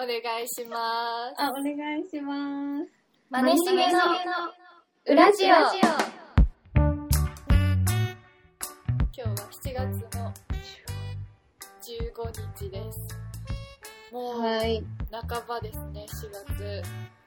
お願いします。 お願いします。 マネしげの裏ジオ。今日は7月の15日です。もう半ばですね、4月。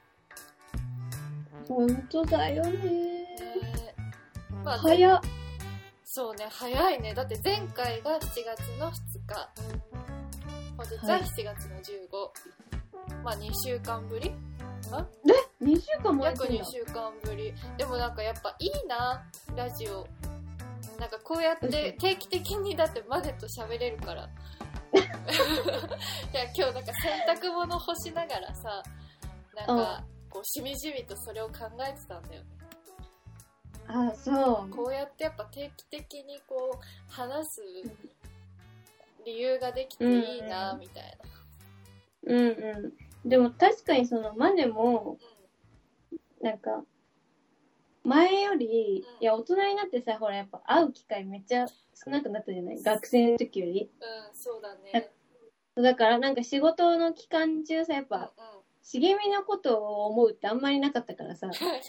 ほんとだよね。 まあ、 早っ。 そうね、早いね。だって前回が7月の2日。本日は7月の15。まあ2週間ぶり 2週間も約2週間ぶり。でもなんかやっぱいいな、ラジオ。なんかこうやって定期的にだってマネと喋れるから。いや今日なんか洗濯物干しながらさ、なんかこうしみじみとそれを考えてたんだよね。 そう。 こうやってやっぱ定期的にこう話す理由ができていいなみたいな。 でも確かにそのマネも、なんか前より、いや大人になってさ、ほらやっぱ会う機会めっちゃ少なくなったじゃない、学生の時より。 そうだね。 だからなんか仕事の期間中さ、やっぱ、茂みのことを思うってあんまりなかったからさ。 ひどい。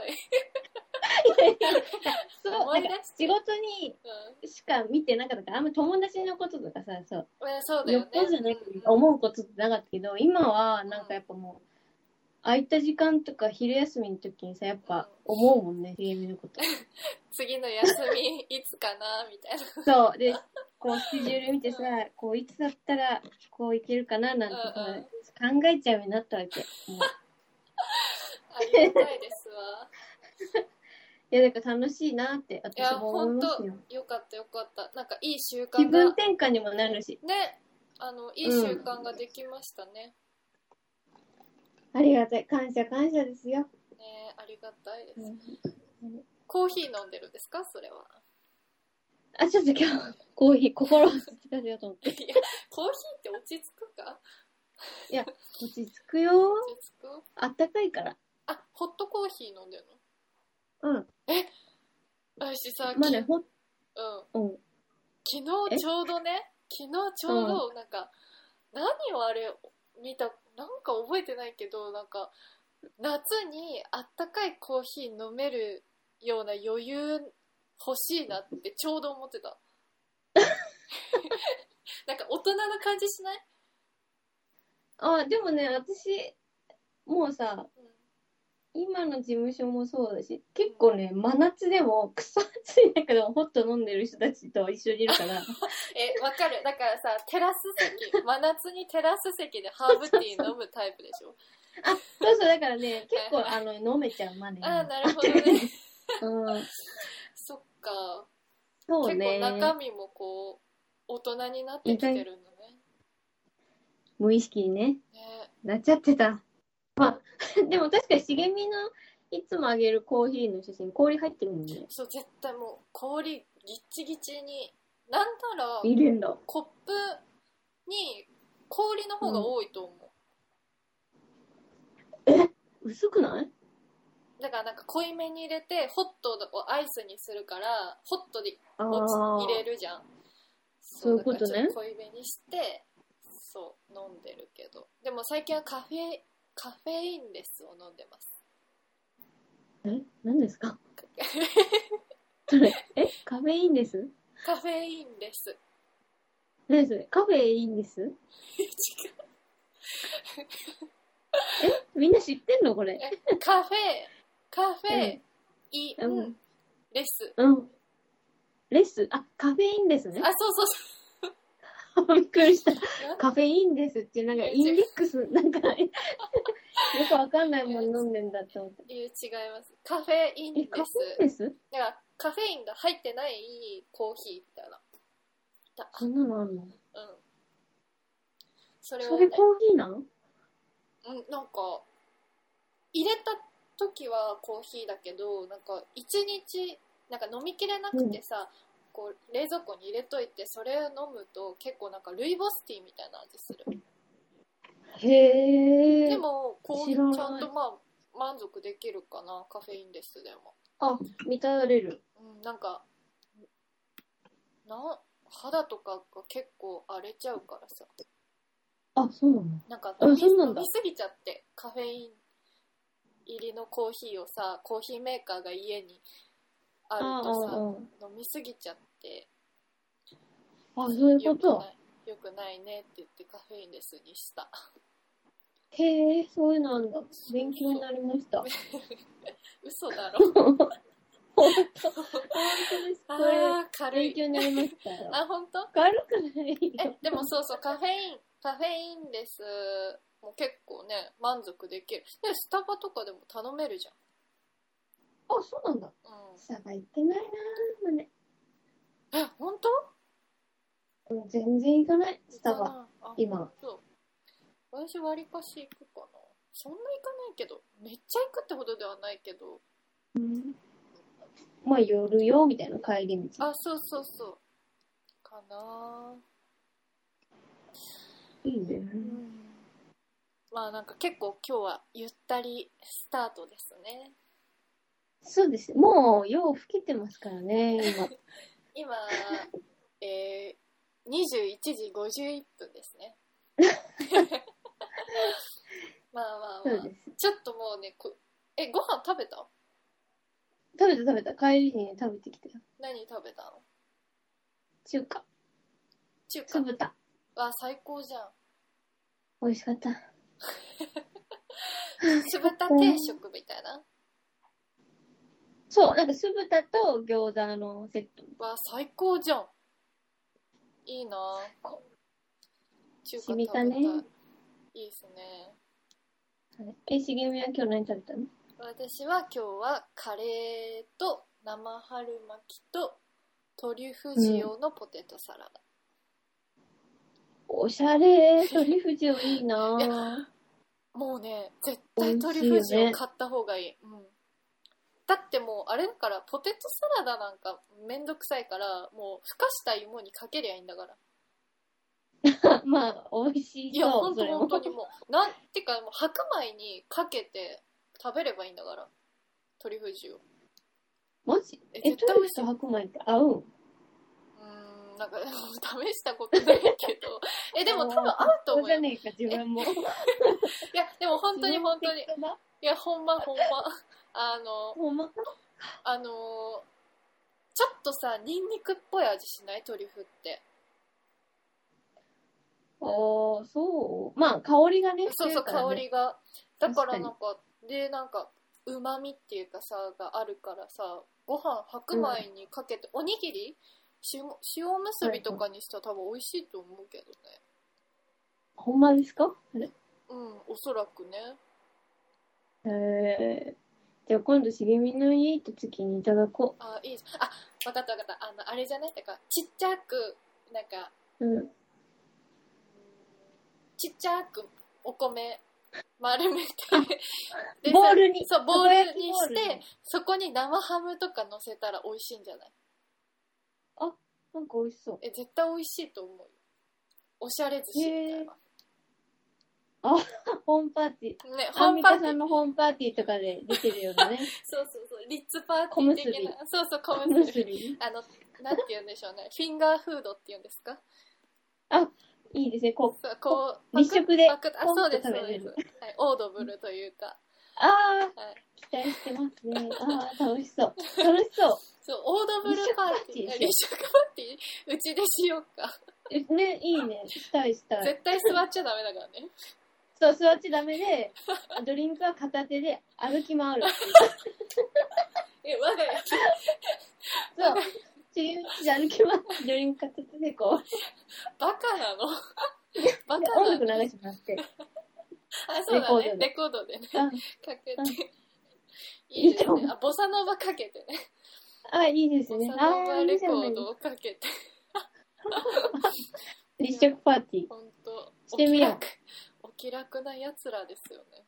そう、なんか仕事にしか見てなかったから、あんま友達のこととかさ、そうだよね、よっぽどじゃない思うことってなかったけど、今はなんかやっぱもう、空いた時間とか昼休みの時にさ、やっぱ思うもんね、茂みのこと。 次の休みいつかなみたいな。 そうで、こうスケジュール見てさ、こういつだったらこういけるかななんて考えちゃうようになったわけ。 ありがたいですわ。 いやだから楽しいなって私も思いますよ。 いや本当よかったよかった。なんかいい習慣が気分転換にもなるしね、いい習慣ができましたね。 ありがたい、感謝ですよ。 ね、ありがたいです。コーヒー飲んでるんですか、それは。 ちょっと今日コーヒー心を落ち着かせようと思って。 いや、コーヒーって落ち着くか？ いや、落ち着くよ。 落ち着く？ あったかいから。 ホットコーヒー飲んでるの？私さ、 まだ昨日ちょうどなんか何をあれ見た、なんか覚えてないけど、なんか夏にあったかいコーヒー飲めるような余裕欲しいなってちょうど思ってた。なんか大人な感じしない？ でもね、私もうさ、今の事務所もそうだし、結構ね、真夏でも草暑い中でもホット飲んでる人たちと一緒にいるから。 わかる。だからさ、テラス席、真夏にテラス席でハーブティー飲むタイプでしょ。 そうだからね、結構飲めちゃうまで。 なるほどね。そっか。 そうね。 結構中身もこう大人になってきてるんだね。 無意識にねなっちゃってた。でも確かに茂みのいつもあげるコーヒーの写真、氷入ってるもんね。 そう、絶対もう氷ギッチギチに、なんなら入れんだ。 コップに氷の方が多いと思う。薄くない？ だからなんか濃いめに入れてホットをアイスにするからホットで入れるじゃん。 そういうことね。 だからちょっと濃いめにしてそう飲んでるけど、でも最近はカフェインレスを飲んでます。 何ですか？それカフェインです？ カフェインレス。 何それ？カフェインです？違う。みんな知ってんのこれ？ カフェインレス。 レス？カフェインですね。 そうびっくりした。カフェインですってなんかインデックスなんかよくわかんないもの飲んでんだって思って。 違います。カフェインレス。 カフェインです？ だからカフェインが入ってないコーヒーみたいな。 そんなのあるの？ それコーヒーなの？ なんか入れた時はコーヒーだけど、なんか1日なんか飲みきれなくてさ、こう冷蔵庫に入れといてそれを飲むと結構なんかルイボスティーみたいな味する。 へー。 でもこうちゃんと満足できるかな、カフェインレスでも。 満たれる。 なんか肌とかが結構荒れちゃうからさ。 あ、そうなの？ なんかそうなん飲だ。 みすぎちゃって、カフェイン入りのコーヒーをさ、コーヒーメーカーが家にあるとさ、飲みすぎちゃって、 あ、そういうこと？ よくないねって言ってカフェインレスにした。 へえ、そういうのなんだ。勉強になりました。 嘘だろ。 本当です。これ軽い。 勉強になりましたよ。 あ、本当？ 軽くないよ。 でもそうそう、カフェインレスも結構ね、満足できる。で、スタバとかでも頼めるじゃん。 あ、そうなんだ。うん。スタバ行ってないなぁ、ね。 本当？ 全然行かない、スタバ。今。 そう。私割かし行くかな。そんな行かないけど、めっちゃ行くってほどではないけど。 うん。まあ夜よ、みたいな帰り道。 あ、そうそうそう。かなぁ。 いいね。 まあなんか結構今日はゆったりスタートですね。 そうです。もう夜更けてますからね、 今。21時51分ですね。まあ、ちょっともうね、ご飯食べた？ 食べた。帰りに食べてきたよ。 何食べたの？ 中華。 酢豚。最高じゃん。 美味しかった。 酢豚定食みたいな？ そう、なんか酢豚と餃子のセット。 最高じゃん。いいなぁ。中華食べたい。いいっすね。 しげみは今日何食べたの？ 私は今日はカレーと生春巻きとトリュフ塩のポテトサラダ。 おしゃれ。トリュフ塩いいなぁ。 もうね、絶対トリュフ塩買った方がいい。だってもうあれだから、ポテトサラダなんかめんどくさいから、もうふかした芋にかけりゃいいんだから。 まあ美味しい。 いや本当にもうなんてか、もう白米にかけて食べればいいんだから、トリュフ塩。 マジ？トリュフと白米って合う？ なんか試したことないけどでも多分合うと思うよ。 じゃねえか自分も。いやでも本当にいやほんまほんまちょっとさ、ニンニクっぽい味しない？トリュフって。 そう。まあ香りがね。 そう、香りが。だからなんか旨味っていうかさがあるからさ、ご飯白米にかけて、おにぎり塩結びとかにしたら多分美味しいと思うけどね。 ほんまですか？ おそらくね。 じゃあ今度茂みの家行った時にいただこう。 いいじゃん。わかった。あれじゃない？だからちっちゃくなんか、ちっちゃくお米丸めてボールにして、そこに生ハムとか乗せたら美味しいんじゃない？ なんか美味しそう。 絶対美味しいと思うよ。おしゃれ寿司みたいな。 ホームパーティー。 ね、 アンミカさんのホームパーティーとかで出てるよね。 そう。リッツパーティー的な。そう、小結び。なんて言うんでしょうね。フィンガーフードって言うんですか？ いいですね。立食で。 そうです。オードブルというか。 期待してますね。楽しそう。 そう、オードブルパーティー。立食パーティーうちでしようか。 ね、いいね。したい。 絶対座っちゃダメだからね。 そう、座っちゃダメで、ドリンクは片手で歩き回る。 我が家。 そう。歩き回って、ドリンク片手でこう。 バカなの？ 音楽流しますって。 そうだね。レコードでね。かけて。いいですね。ボサノバかけてね。 いいですね。 ボサノバレコードをかけて。 立食パーティー。 ほんと。 してみよう。 お気楽な奴らですよね。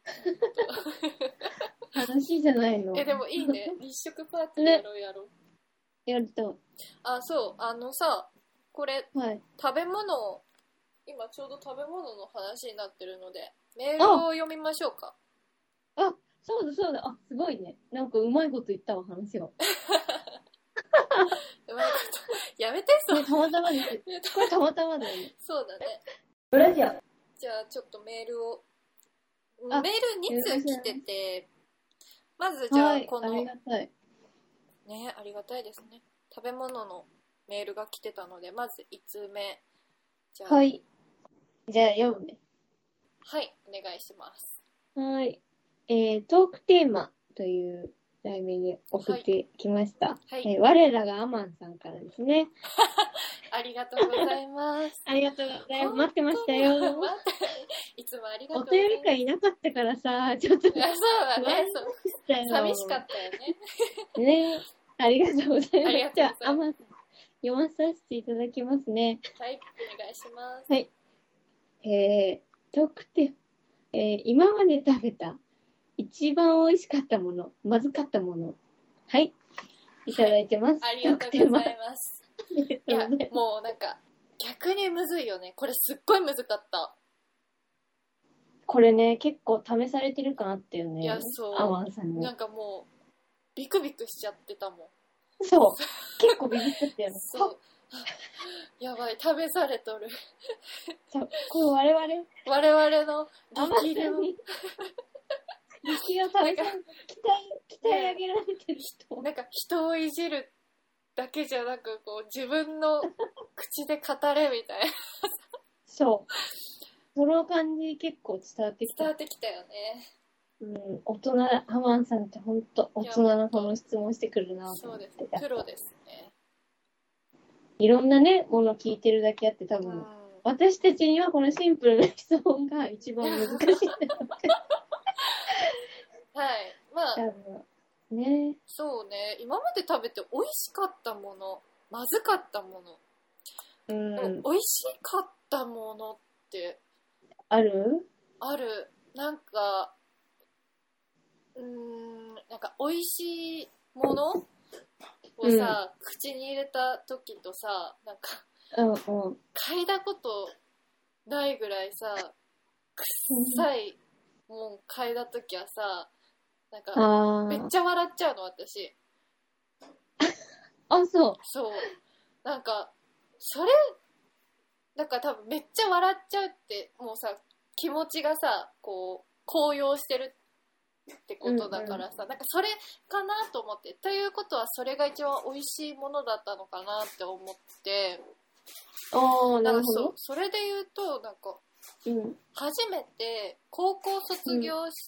楽しいじゃないの。 でもいいね。立食パーティーやろう。 やると。 そう。さ、これ、食べ物、今ちょうど食べ物の話になってるので、メールを読みましょうか。 そうだ。すごいね。なんかうまいこと言ったわ、話が。 うまいこと。やめて、 たまたまです。これたまたまだよね。 そうだね。 ラジオ。 じゃあちょっとメールを。メール2通来てて、まずじゃあこの、 ありがたい。 ね、ありがたいですね。食べ物のメールが来てたので、まず1通目。じゃあ、 はい。じゃあ読むね。 はい、お願いします。 はい。トークテーマという題名で送ってきました。 はい。 我らがアマンさんからですね。 ありがとうございます。 ありがとうございます。待ってましたよ。 いつもありがとうございます。 お便り会いなかったからさ、ちょっと。そうだね。寂しかったよね。ね。ありがとうございます。 じゃあ、 アマンさん、読まさせていただきますね。 はい、お願いします。 はい。トークテーマ。今まで食べた一番美味しかったもの、まずかったもの。はい。いただいてます。 ありがとうございます。いや、もうなんか、逆にむずいよね。これすっごいむずかった。 これね、結構試されてるかなっていうね。 いや、そう。 アマンさんに。 なんかもう、ビクビクしちゃってたもん。そう。結構ビビってたよね。 そう。やばい、試されとる。 これ我々の力量。 力を試され鍛え上げられてる人。 なんか人をいじるだけじゃなく、こう自分の口で語れみたいな。 そう。その感じ結構伝わってきた。 伝わってきたよね。 大人、アマンさんって本当大人のこの質問してくるなと思って。 そうです。プロですね。いろんなね、もの聞いてるだけあって多分、私たちにはこのシンプルな質問が一番難しいんだろうね。 はい。まあ、 ね。 そうね。今まで食べて美味しかったもの、まずかったもの。美味しかったものってある？ なんかなんか美味しいものをさ、口に入れた時とさ、なんか、嗅いだことないぐらいさ、臭いもん嗅いだ時はさ、なんかめっちゃ笑っちゃうの私。 あ、そう。 そう。なんかそれなんか多分めっちゃ笑っちゃうってもうさ気持ちがさこう高揚してるってことだからさ、なんかそれかなと思って、ということはそれが一番美味しいものだったのかなって思って、 なるほど。 それで言うとなんか、初めて高校卒業して、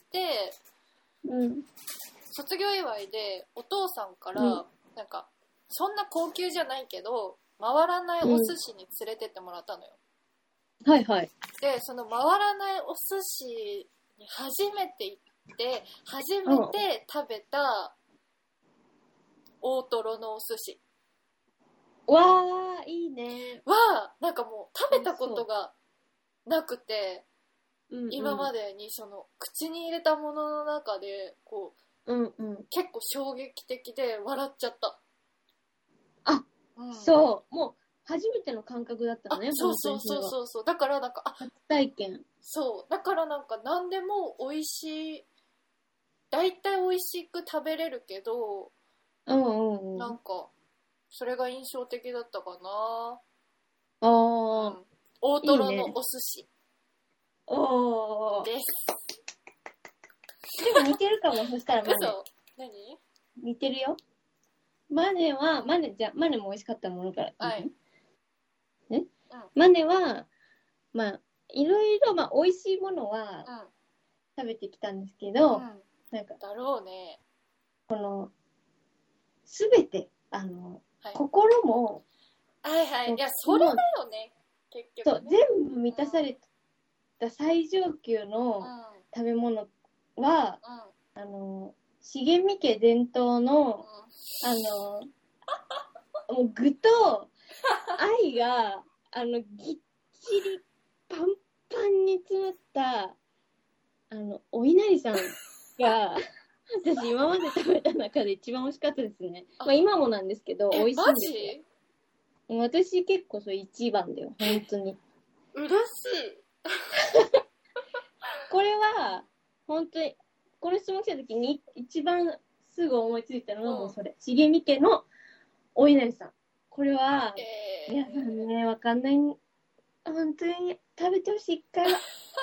卒業祝いでお父さんから、なんかそんな高級じゃないけど回らないお寿司に連れてってもらったのよ。 はいはい。 でその回らないお寿司に初めて行って初めて食べた大トロのお寿司わーいいねはなんかもう食べたことがなくて、今までにその口に入れたものの中でこう、結構衝撃的で笑っちゃった。 あ、そうもう初めての感覚だったのね。 そうだからなんか初体験。 そうだからなんか何でも美味しい大体美味しく食べれるけど、なんかそれが印象的だったかな。大トロのお寿司です。 でも似てるかも。そしたらマネ。 何？ 似てるよ。マネも美味しかったものから。 はい。 ね。マネはまあいろいろ美味しいものは食べてきたんですけど、なんかだろうね。 このすべて心もいやそれだよね結局ね。 そう全部満たされた最上級の食べ物は、茂み家伝統の、もう具と愛がぎっちりパンパンに詰まったお稲荷さんが私今まで食べた中で一番美味しかったですね。今もなんですけど美味しいんですよ。私結構それ一番だよ本当に。 嬉しい。 これは本当にこの質問来た時に一番すぐ思いついたのはもうそれ。茂み家のお稲荷さん。これは、皆さんねわかんない。本当に食べてほしい。一回は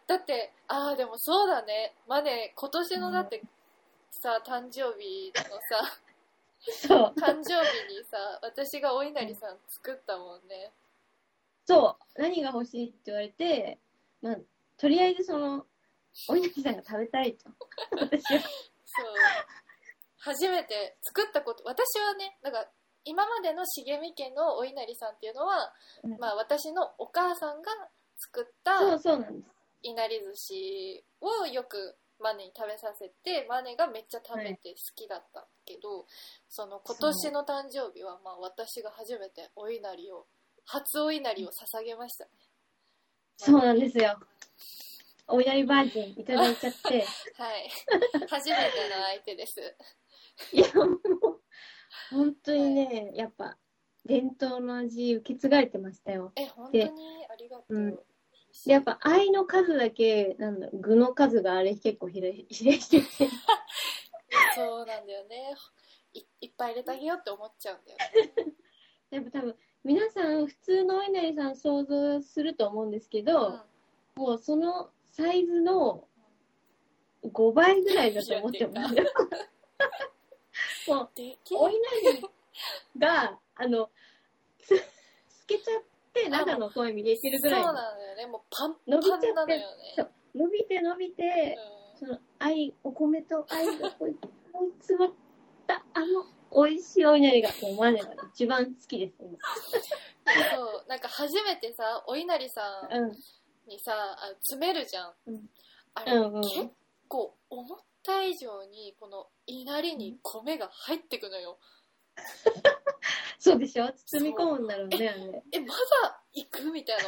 だってでもそうだね、マネ今年のだってさ、誕生日のさそう誕生日にさ、私がお稲荷さん作ったもんね。 そう、何が欲しいって言われて、まあ、とりあえずそのお稲荷さんが食べたいと私はそう初めて作ったこと、私はね、なんか今までの茂み家のお稲荷さんっていうのは、まあ私のお母さんが作ったいなり寿司をよくマネに食べさせて、マネがめっちゃ食べて好きだったけど、はい、その今年の誕生日はまあ私が初めて初お稲荷を捧げましたね。 そうなんですよ。お稲荷バージンいただいちゃってはい初めての相手です。 いやもう本当にね、はい、やっぱ伝統の味受け継がれてましたよ。 本当にありがとう。 でやっぱ愛の数だけ具の数があれ結構比例しててそうなんだよね。いっぱい入れてあげようって思っちゃうんだよね。 やっぱ多分皆さん普通のお稲荷さん想像すると思うんですけど、もうそのサイズの5倍ぐらいだと思ってますよ。もうお稲荷が透けちゃって中の声見れてるぐらい。 そうなんだよね。もうパンパンなのよね。 伸びて、そのお米と愛がこう詰まった美味しいお稲荷がもうマネが一番好きです。 そうなんか初めてさお稲荷さんにさ、詰めるじゃん。あれ、結構思った以上にこの稲荷に米が入ってくのよ。 そうでしょ、包み込むんだろうね、あれ。 まだ行くみたいな、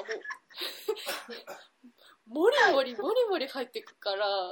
もりもり入ってくから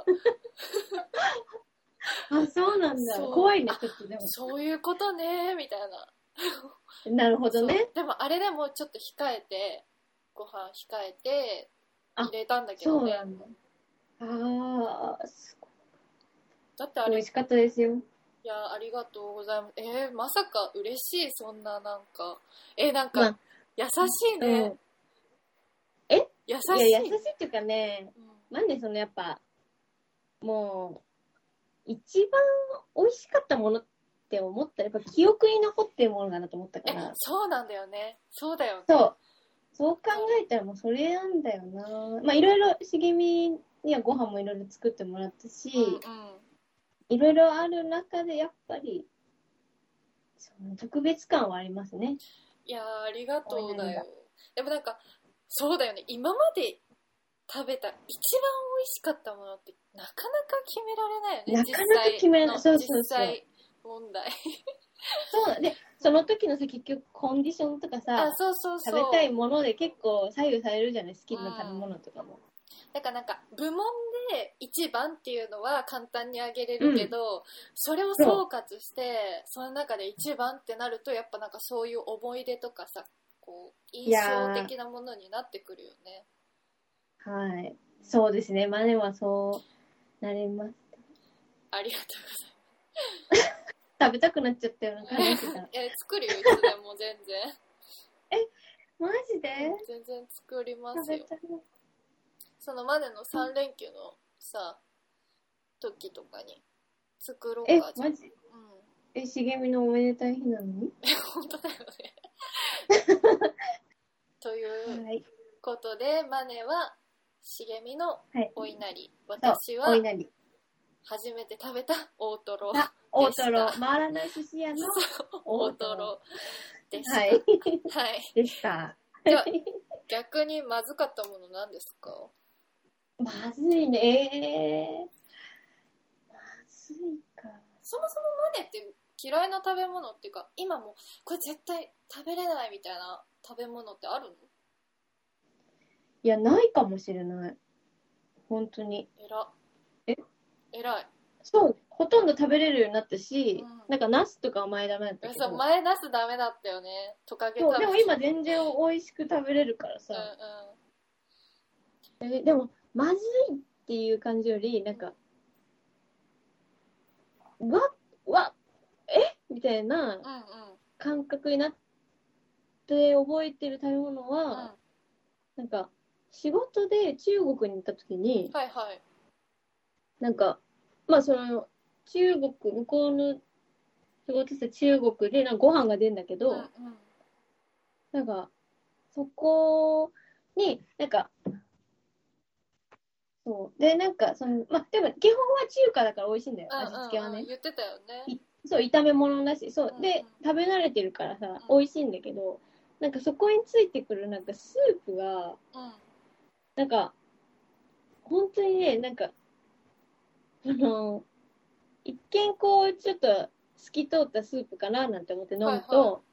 そうなんだ。怖いね、ちょっとでも。 そういうことね、みたいな。 なるほどね。 でもあれでもちょっとご飯控えて入れたんだけどね。 そうなんだ。すごい。 だってあれ美味しかったですよ。 いや、ありがとうございます。まさか嬉しい、そんななんか。なんか、優しいね。優しい。 いや、優しいっていうかね、なんでやっぱ、もう、一番美味しかったものって思ったら、やっぱ記憶に残ってるものかなと思ったから。 そうなんだよね。そうだよね。 そう考えたらもうそれなんだよな。まあ、いろいろ茂みにはご飯もいろいろ作ってもらったし、いろいろある中でやっぱりその特別感はありますね。 いやありがとうだよ。でもなんかそうだよね、今まで食べた一番美味しかったものってなかなか決められないよね。 なかなか決められない。そう実際問題そうだね。その時のさ、結局コンディションとかさ、食べたいもので結構左右されるじゃない、好きな食べ物とかも。 だからなんか部門で1番っていうのは簡単にあげれるけど、それを総括してその中で1番ってなるとやっぱなんかそういう思い出とかさ、こう印象的なものになってくるよね。 はい、そうですね。マネはそうなります。 ありがとうございます食べたくなっちゃったような感じだ作るよ、いつでも全然マジで全然作りますよ。そのマネの3連休のさ、時とかに作ろうか。 マジ？茂みのおめでたい日なのに本当だよねということで、マネは茂みのお稲荷、私は初めて食べた大トロでした。 大トロ、回らない寿司屋の大トロでした。 はいでした。 じゃあ逆にまずかったもの何ですか？ まずいね。まずいか。 そもそもマネって嫌いな食べ物っていうか、今もこれ絶対食べれないみたいな食べ物ってあるの？ いや、ないかもしれない。本当に。 偉い。 そう、ほとんど食べれるようになったし、なんかナスとか前ダメだったけど。 そう、前ナスダメだったよね。トカゲ食べ。 でも今全然美味しく食べれるからさ。でもまずいっていう感じよりなんか、みたいな感覚になって覚えてる食べ物は、なんか仕事で中国に行った時に、 はいはい。 なんか、まあその、中国、向こうの仕事して中国でなんかご飯が出るんだけど、 うんうん、 なんか、そこに、なんか、そう。で、なんか、その、まあ、でも、基本は中華だから美味しいんだよ、味付けはね。 言ってたよね。 そう、炒め物だし、そう。 うんうん、 で、食べ慣れてるからさ、美味しいんだけど、なんかそこについてくる、なんかスープが、なんか、本当にね、なんか、一見こう、ちょっと透き通ったスープかななんて思って飲むと、はいはい、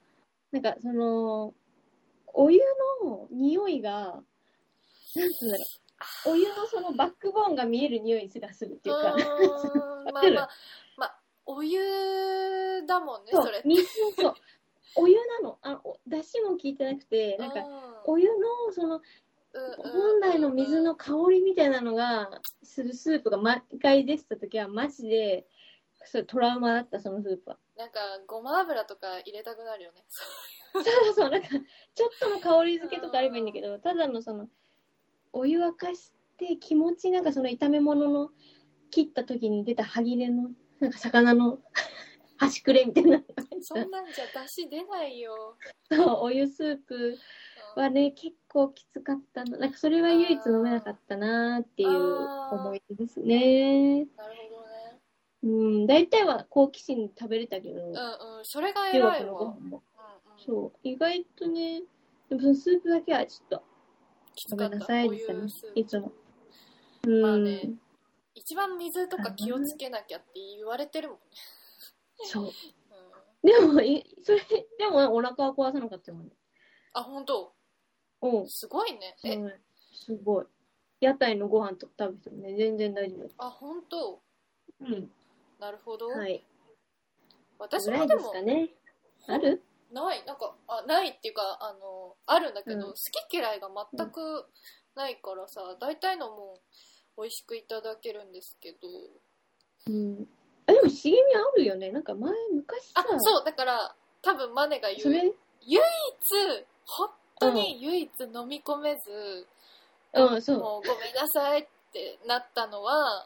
なんかその、お湯の匂いが、なんつうんだろう、お湯のそのバックボーンが見える匂いがするっていうか、 まあまあ、まあ、お湯だもんね、それって。 水、そう、お湯なの。だしも効いてなくて、なんか、お湯の、その、本来の水の香りみたいなのがするスープが毎回出てた時はマジでそれトラウマだった。そのスープはなんかごま油とか入れたくなるよね。 そうそう、なんかちょっとの香り付けとかあればいいんだけど、ただのそのお湯沸かして気持ちなんかその炒め物の切った時に出た歯切れのなんか魚の端くれみたいなそんなんじゃ出汁出ないよ。 そうお湯スープはね、結構きつかったの。なんかそれは唯一飲めなかったなっていう思い出ですね。 なるほどね。 うん、大体は好奇心食べれたけど、 それが偉いわ。 中国のご飯も。そう、意外とね、でもそのスープだけはちょっと、ごめんなさいでしたね、いつも。 まあね、一番水とか気をつけなきゃって言われてるもんね。 そう。でも、それ、でもお腹は壊さなかったもんね。 あ、本当？ うん。 すごいね。 すごい。屋台のご飯とか食べてもね、全然大丈夫。 あ、本当？ うん。 なるほど。 はい。 私もでも、 ある？ ない。なんか、ないっていうか、あるんだけど、好き嫌いが全くないからさ、大体のも美味しくいただけるんですけど。 うん。でも茂みあるよね。なんか昔さ。 そう、だから、多分マネが言う。唯一、本当に唯一飲み込めず、 そう。 もうごめんなさいってなったのは、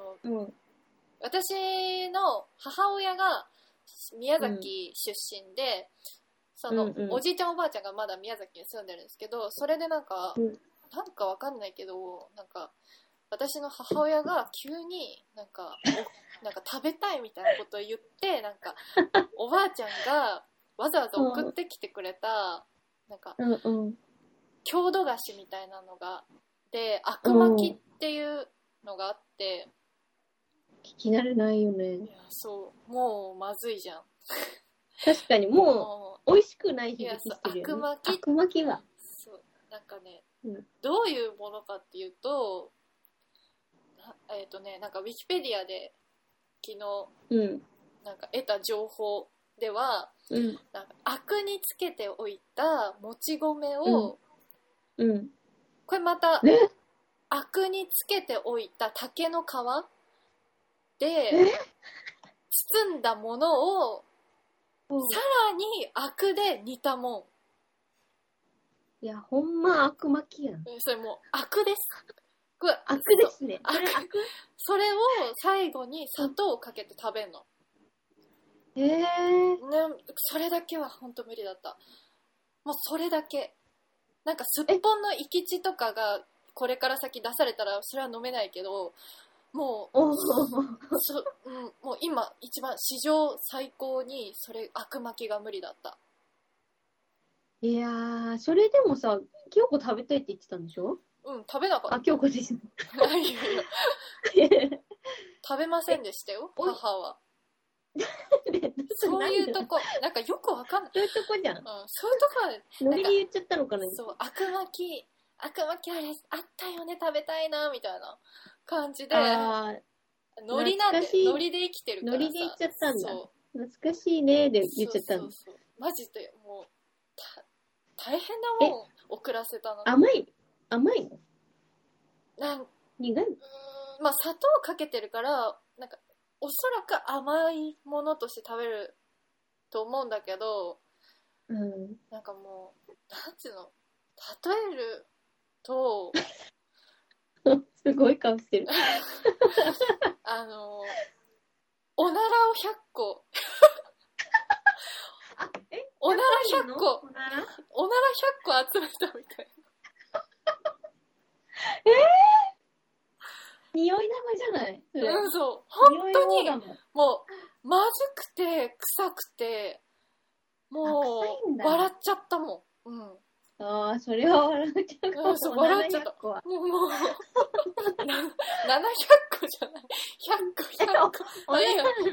私の母親が宮崎出身で、その、おじいちゃんおばあちゃんがまだ宮崎に住んでるんですけど、それでなんかわかんないけど、なんか私の母親が急になんか食べたいみたいなことを言って、なんかおばあちゃんがわざわざ送ってきてくれたなんか、郷土菓子みたいなのがで、あくまきっていうのがあって、 聞き慣れないよね。 いや、そう、もうまずいじゃん。 確かにもう美味しくない響きしてるよね。あくまきは。 そう、なんかね、どういうものかっていうと、なんかウィキペディアで昨日、なんか得た情報では、なんかアクにつけておいたもち米を、これまたアクにつけておいた竹の皮で包んだものをさらにアクで煮たもん。 いや、ほんまアク巻きやん。 それもうアクです。これアクですね。 それを最後に砂糖をかけて食べんの。ね、それだけはほんと無理だった。もうそれだけ。なんかすっぽんの生き地とかがこれから先出されたらそれは飲めないけど、もうもう今一番史上最高にそれアク巻きが無理だった。 いやー、それでもさ、京子食べたいって言ってたんでしょ？ 食べなかった。 京子でしょ。 食べませんでしたよ、母は。そういうとこ、なんかよくわかんない。 そういうとこじゃん。 そういうとこはね、 ノリで言っちゃったのかな。 そう、アク巻きあれあったよね、食べたいなみたいな感じで、ノリなんで、ノリで生きてるからさ。 ノリで言っちゃったんだ。懐かしいねで言っちゃったんだ。 そうマジでもう大変なもん送らせたな。 甘いの？苦い？ まあ砂糖かけてるからなんかおそらく甘いものとして食べると思うんだけど、なんかもうなんていうの、 とすごい顔してる。 おならを100個おなら100個おなら100個集めたみたいな。 匂い玉じゃない？ うん、そう。本当に、もう、まずくて、臭くて、もう、笑っちゃったもん。うん。 ああ、それは笑っちゃうかも。 そう、笑っちゃった。もう、700個じゃない。100個。おなら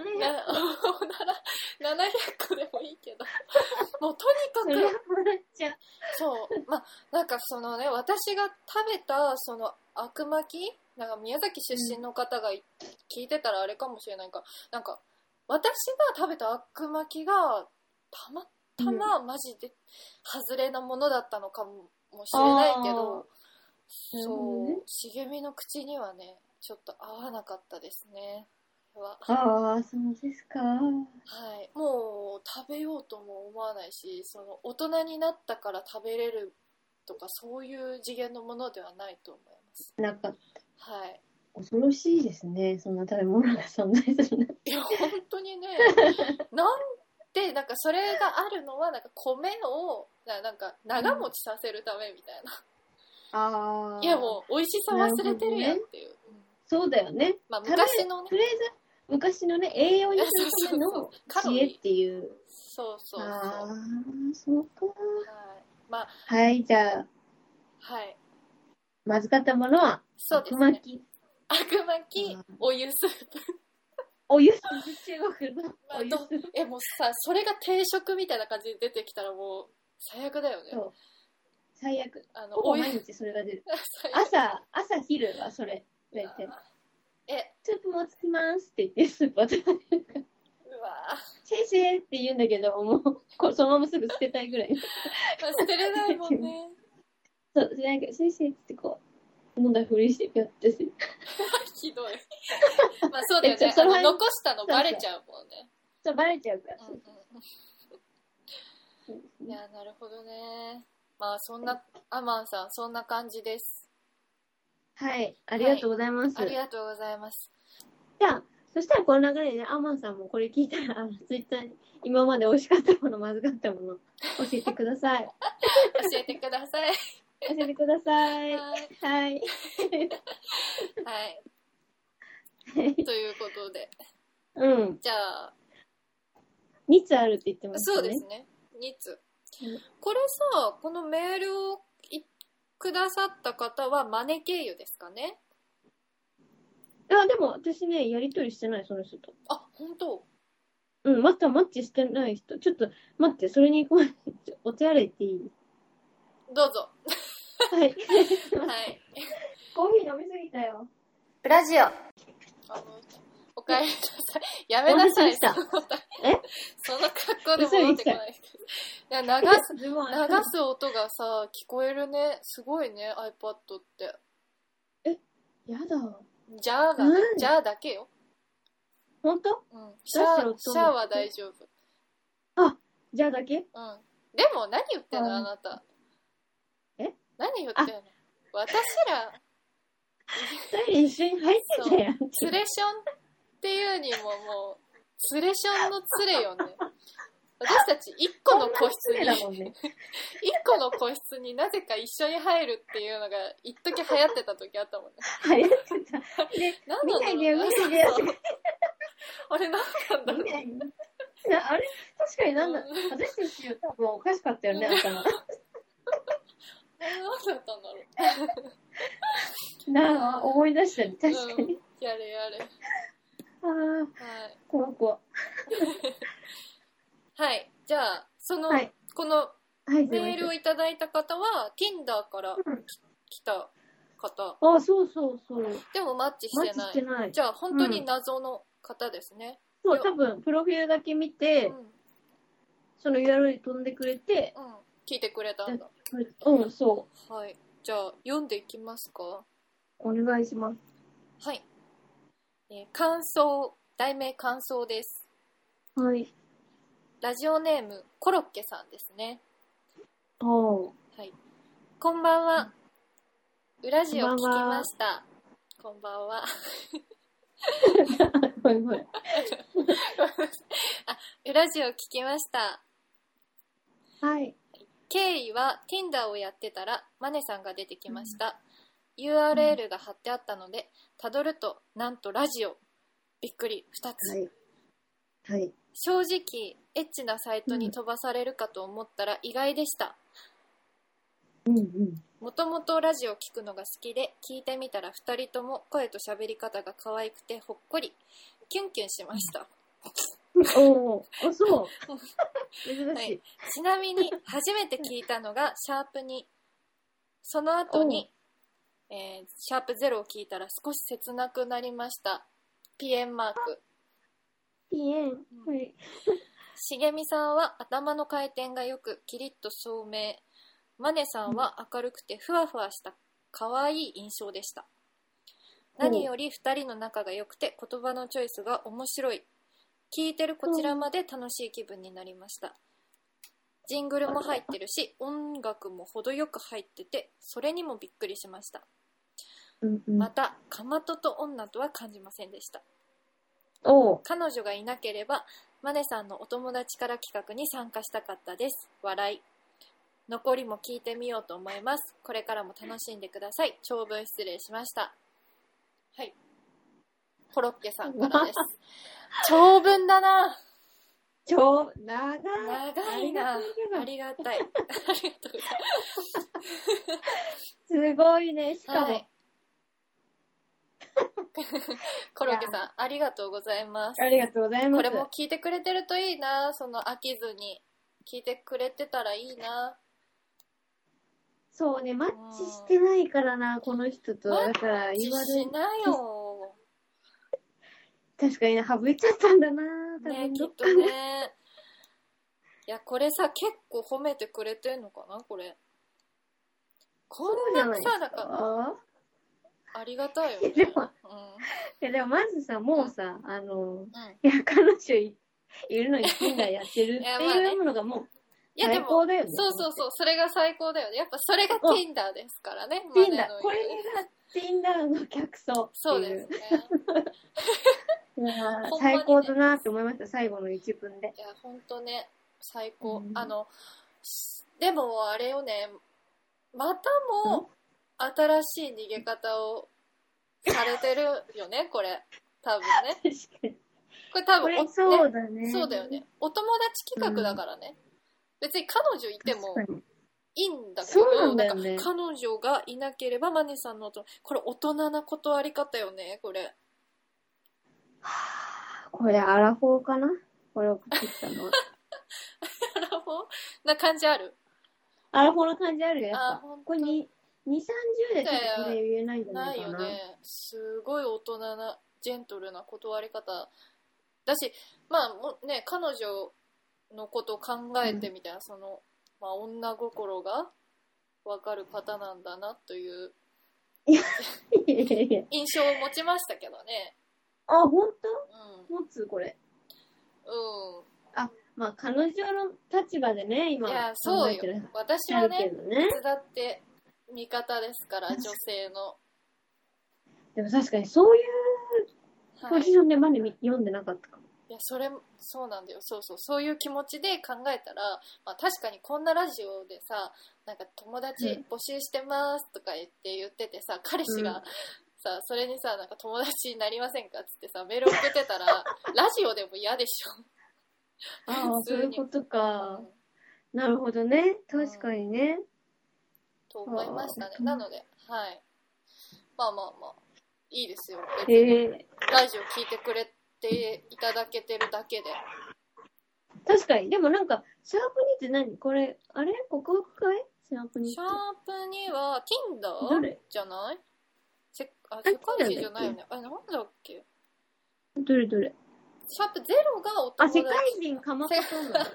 700個でもいいけど。もう、とにかく。そう。まあ、なんかそのね、私が食べた、その、悪巻きなんか宮崎出身の方が聞いてたらあれかもしれないか、なんか私が食べた悪巻きがたまたまマジで外れのものだったのかもしれないけど、そう茂みの口にはねちょっと合わなかったですね。 ああ、そうですか。はい、もう食べようとも思わないし、その大人になったから食べれるとかそういう次元のものではないと思います。 なかった。 はい。 恐ろしいですね。そんな食べ物が存在するなんて。 いや本当にね。なんでなんかそれがあるのはなんか米をなんか長持ちさせるためみたいな。ああ。いやもう美味しさ忘れてるやんっていう。ね、 そうだよね。 まあ昔のね。 とりあえず昔のね栄養にするための知恵っていう。 そうそうそう。 ああ、そうか。はい。 まあはいじゃあ。はい。まずかったものは悪巻き。 悪巻き、お湯スープ。 お湯スープ、中国のお湯スープ。 もうさ、それが定食みたいな感じで出てきたらもう最悪だよね。そう。 最悪。ほぼ毎日それが出る。朝昼はそれ。大体。スープもつきますって言ってスープを食べるから。うわシェイシェイって言うんだけど、もう、そのまますぐ捨てたいぐらい。 捨てれないもんね。 そう、なんか、シェイシェイってこう、飲んだふりしてぴょってする。 ひどい。まあそうだよね。残したのバレちゃうもんね。 そう、バレちゃうから。 いや、なるほどね。まあそんな、アマンさん、そんな感じです。 はい、ありがとうございます。 ありがとうございます。 じゃあ、そしたらこの流れでね、アマンさんもこれ聞いたら、ツイッターに今まで美味しかったもの、まずかったもの、教えてください。 教えてください。 教えてください。はい。はい。 はい。ということで。 うん。 じゃあ。 2つあるって言ってましたね。 そうですね。2つ。これさ、このメールをくださった方はマネ経由ですかね？ あ、でも私ね、やりとりしてない、その人と。 あ、本当？ うん、またマッチしてない人。ちょっと待って、それにお手洗いっていい？ どうぞ。はい。はい。 コーヒー飲みすぎたよ。 ブラジオ。おかえりなさい。やめなさい。その格好で戻ってこないですけど。いや、流す音がさ、聞こえるね。すごいね、iPad って。 やだ。 じゃあだけよ。 ほんと？ うん。シャアは大丈夫。 あ、じゃあだけ？うん。 でも何言ってんのあなた。何言ってんの私ら。 2人一緒に入ってたやん。 ツレションっていうにももう、ツレションのツレよね。私たち1個の個室に、1個の個室になぜか一緒に入るっていうのが、一時流行ってた時あったもんね。 流行ってた。見ないでよ、見ないでよ。 あれ、何なんだろう。 あれ、確かになんだ、私たち多分おかしかったよね、頭。 あれ、何だったんだろう。 なあ、思い出したね、確かに。 やれやれ。 ああ、はい。怖。 はい。じゃあ、このメールをいただいた方は、Tinder から来た方。 あ、そう。 でもマッチしてない。じゃあ、本当に謎の方ですね。 そう、多分、プロフィールだけ見て、その URL 飛んでくれて、 聞いてくれたんだ。 うん、そう。 はい。じゃあ、読んでいきますか。 お願いします。 はい。感想、題名感想です。 はい。 ラジオネーム、コロッケさんですね。 はい。 こんばんは。 ウラジオ聞きました。こんばんは。 ごめんごめん。 あ、ウラジオ聞きました。 はい。 経緯は Tinder をやってたらマネさんが出てきました。URL が貼ってあったので、たどるとなんとラジオ。びっくり2つ。 はい。はい。 正直エッチなサイトに飛ばされるかと思ったら意外でした。もともとラジオ聞くのが好きで、聞いてみたら2人とも声と喋り方が可愛くてほっこりキュンキュンしました。 おー、そう珍しい、 はい、ちなみに初めて聞いたのがシャープ2。その後に、シャープ0を聞いたら少し切なくなりました。ピエンマーク。 ピエン、はい。 茂美さんは頭の回転がよくキリッと聡明。マネさんは明るくてふわふわした可愛い印象でした。何より2人の仲が良くて言葉のチョイスが面白い。聞いてるこちらまで楽しい気分になりました。ジングルも入ってるし、音楽も程よく入ってて、それにもびっくりしました。また、かまとと女とは感じませんでした。彼女がいなければ、マネさんのお友達から企画に参加したかったです。笑い。残りも聞いてみようと思います。これからも楽しんでください。長文失礼しました。はい。コロッケさんからです。長文だな。 長いな。ありがたい。ありがとうございます。すごいね。しかも。はい、 コロッケさん、ありがとうございます。 ありがとうございます。 これも聞いてくれてるといいな。その飽きずに聞いてくれてたらいいな。 そうね、マッチしてないからな、この人と。だから言われしなよ。 確かにね、省いちゃったんだな。 ね、きっとね。いや、これさ、結構褒めてくれてんのかな、これ。こんなさ、なんか、ありがたいよね。 でも、でもまずさ、もうさ、いや、彼女いるのにTinderやってるっていうのがもう、最高だよね。 そう、それが最高だよね。やっぱそれが Tinder ですからね。 Tinder、これが Tinder の客層。 そうですね。 いや最高だなって思いました、最後の一文で。 いや、ほんとね、最高。でもあれよね、またも新しい逃げ方をされてるよね、これ。多分ね。 確かに。 これ多分、 そうだね。 そうだよね。お友達企画だからね。別に彼女いてもいいんだけど、なんか彼女がいなければマネさんのこれ大人な断り方よね、これ。 これアラフォーかな、これ送ってきたのは。 アラフォーな感じある？ アラフォーな感じあるよ、やっぱ。これ2、30でちょっとこれ言えないんじゃないかな。 ないよね。すごい大人な、ジェントルな断り方だし、まあもうね、彼女のことを考えてみたいな、その、まあ、女心がわかる方なんだなという印象を持ちましたけどね。 あ、本当？持つこれ。あ、まあ彼女の立場でね、今。 いや、そうよ。私はね、手伝って味方ですから、女性の。 でも確かにそういうポジションでまで読んでなかったかも。 いや、そうなんだよ。そういう気持ちで考えたら、まあ確かにこんなラジオでさ、なんか友達募集してますとか言っててさ、彼氏がさ、それにさ、なんか友達になりませんかっつってさ、メール送ってたら、ラジオでも嫌でしょ。 ああ、そういうことか。なるほどね。確かにね。 と思いましたね。なので、はい。まあ、いいですよ。別にラジオ聞いてくれていただけてるだけで。 確かに。でもなんか、シャープ2って何これ、あれ告白会シャープ2って。 シャープ2は Tinder じゃない？世界史じゃないよね。あれ、なんだっけ？ どれシャープ0がお友達。 世界人かまことなの。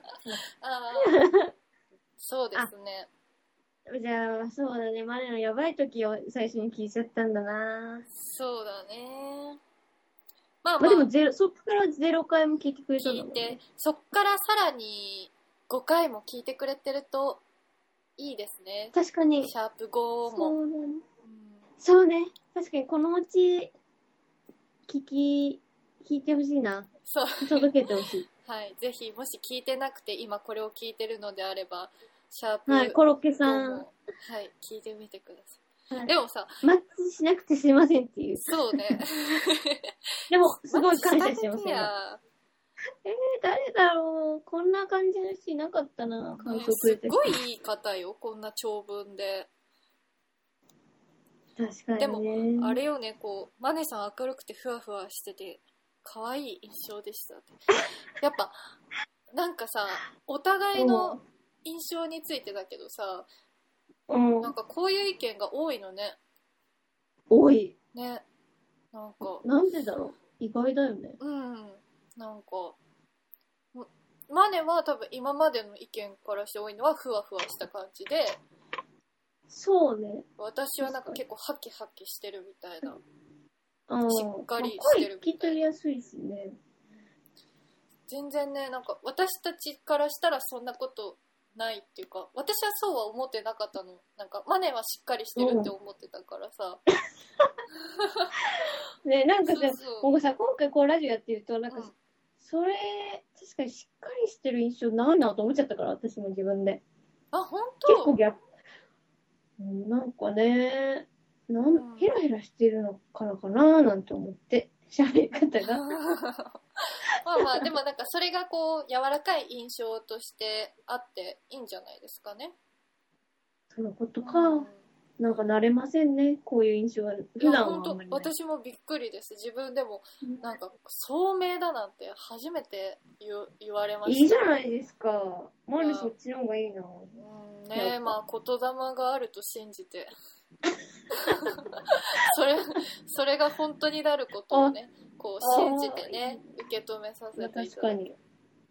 そうですね。 じゃあ、そうだね。マネのやばい時を最初に聞いちゃったんだな。 そうだね。まあでもそっから0回も聞いてくれたの、 聞いて、そっからさらに5回も聞いてくれてるといいですね。 確かに。 シャープ5も。 そうだね。 そうね。確かにこのうち、聞いてほしいな。 そう。 届けてほしい。 はい。ぜひ、もし聞いてなくて、今これを聞いてるのであれば、シャープ。 はい、コロッケさん。 はい、聞いてみてください。はい、でもさ、 マッチしなくてすいませんっていう。 そうね。 でも、すごい感謝してますよ。誰だろう。こんな感じの人いなかったな、感想くれて。 すごいいい方よ、こんな長文で。 確かに、ね。 でも、あれよね、こう、マネさん明るくてふわふわしてて、可愛い印象でしたって。やっぱ、なんかさ、お互いの印象についてだけどさ、なんかこういう意見が多いのね。 多い。 ね。なんか。 なんでだろう。意外だよね。 うん。なんか、マネは多分今までの意見からして多いのはふわふわした感じで、 そうね。 私はなんか結構ハキハキしてるみたいな。 しっかりしてるみたいな。 聞き取りやすいしね。 全然ね、なんか私たちからしたらそんなことないっていうか、私はそうは思ってなかったの。なんかマネはしっかりしてるって思ってたからさ。 ね、なんかさ、僕さ、今回こうラジオやってると、なんか、それ、確かにしっかりしてる印象ないなと思っちゃったから、私も自分で。 あ、本当？ 結構逆。なんかね、ヘラヘラしてるのからかななんて思って、喋り方が。 まあまあ、でもなんかそれがこう、柔らかい印象としてあっていいんじゃないですかね。 そのことか。なんか慣れませんね、こういう印象は。普段はあんまりない。 私もびっくりです。自分でも、なんか、聡明だなんて初めて言われました。 いいじゃないですか。まだそっちの方がいいな。 ねえ、まあ、言霊があると信じて。それが本当になることをね、こう信じてね、受け止めさせていただいて。 確かに。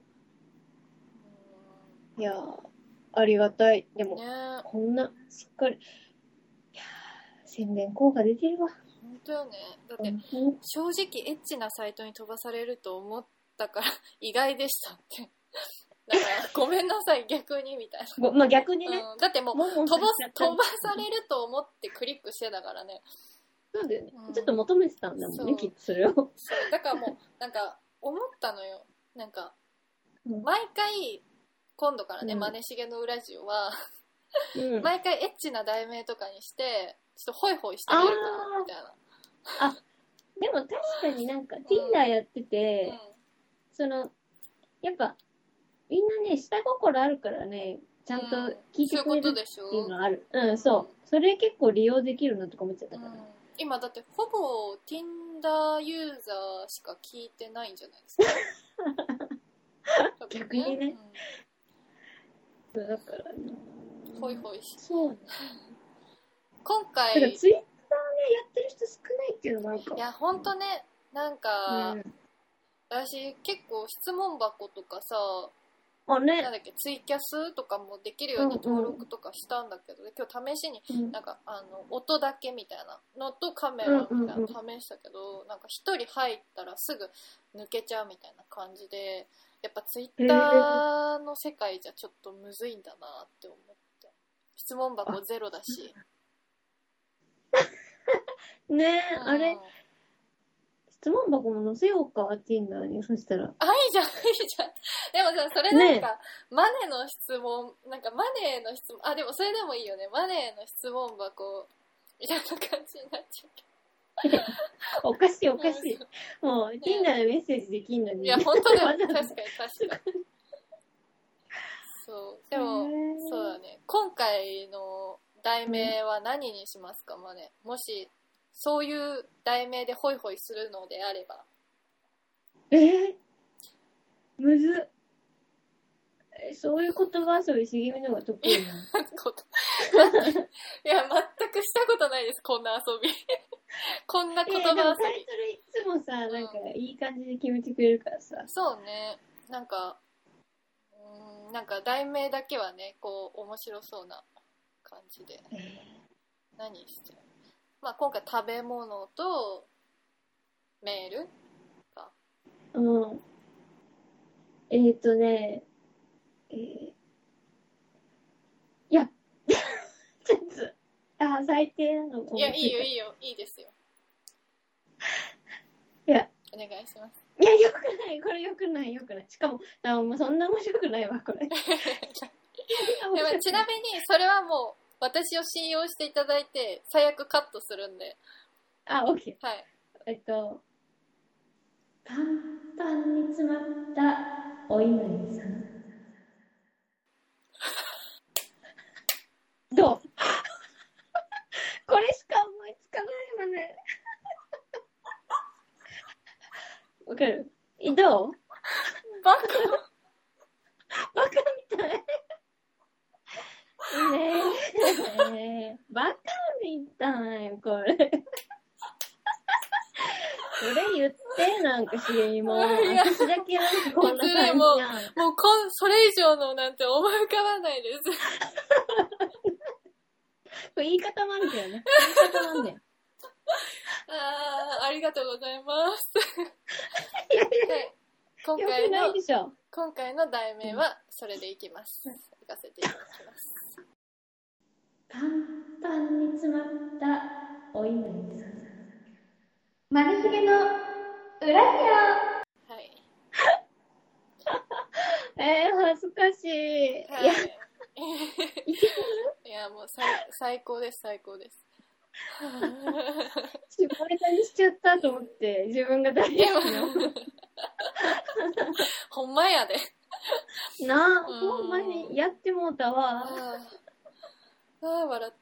いやありがたい。でも、こんなしっかり。いや宣伝効果出てるわ。 本当よね。だって、正直エッチなサイトに飛ばされると思ったから意外でしたって。だからごめんなさい、逆にみたいな。 まあ逆にね、 だってもう飛ばされると思ってクリックしてたからね。 そうだよね。ちょっと求めてたんだもんね、きっとそれを。そうだからもうなんか思ったのよ。なんか、毎回今度からね、マネしげのラジオは、毎回エッチな題名とかにしてちょっとホイホイしてみるかなみたいな。 あ、でも確かになんか Tinder やってて、やっぱみんなね、下心あるからね、ちゃんと聞いてくれるっていうのはある。そう。それ結構利用できるなとか思っちゃったから。 今だってほぼ Tinder ユーザーしか聞いてないんじゃないですか。 逆にね。だからね。 ホイホイし。 そうね。 今回。 だからツイッターね、やってる人少ないっていうのもあるか。 いや、ほんとね、なんか、私結構質問箱とかさ、なんだっけ、ツイキャスとかもできるように登録とかしたんだけど、今日試しになんか音だけみたいなのとカメラみたいなの試したけど、なんか一人入ったらすぐ抜けちゃうみたいな感じで、やっぱツイッターの世界じゃちょっとむずいんだなって思って。質問箱ゼロだし。 ねえ、あれ。質問箱も載せようか、Tinder に。そしたら。 いいじゃん、いいじゃん。でもさ、それなんか、マネの質問、なんかマネの質問、でもそれでもいいよね。マネの質問箱、みたいな感じになっちゃう。 おかしいおかしい。もう、Tinder でメッセージできんのに。 いや、本当だよ。確かに。そう。でも、そうだね。今回の題名は何にしますか、マネ。もし、そういう題名でホイホイするのであれば。 むずっ。そういう言葉遊び茂みの方が得意な。いや、全くしたことないです、こんな遊び。こんな言葉遊び。 タイトルいつもさ、なんかいい感じで決めてくれるからさ。 そうね。なんか題名だけはね、こう、面白そうな感じで。何してる？まあ今回食べ物とメールか。 いや、ちょっと、 あ、最低なの。 いや、いいよ、いいよ、いいですよ。 いや、 お願いします。 いや、よくない。これよくない、よくない。しかも、もうそんな面白くないわ、これ。 でもちなみに、それはもう、私を信用していただいて、最悪カットするんで。 あ、オッケー。はい。 パンパンに詰まったお稲荷さん。どうこれしか思いつかないわね。わかる？どう？ バカバカみたい。ねえ。バカみたい、これ。それ言って、なんか茂みも。私だけなんかこんな感じじゃん。 もうそれ以上のなんて思い浮かばないです。 これ言い方もあるけどね。言い方もあるんだよ。 ありがとうございます。 いやいや、 で今回の題名はそれでいきます。行かせていただきます。 パンパンに詰まったお稲荷さん。マルヒゲの裏ジオ。はい。恥ずかしい。はい、 いやもう最高です、最高です。 絞れたにしちゃったと思って、自分が大好きな。 ほんまやで。 ほんまにやってもうたわ。 笑った。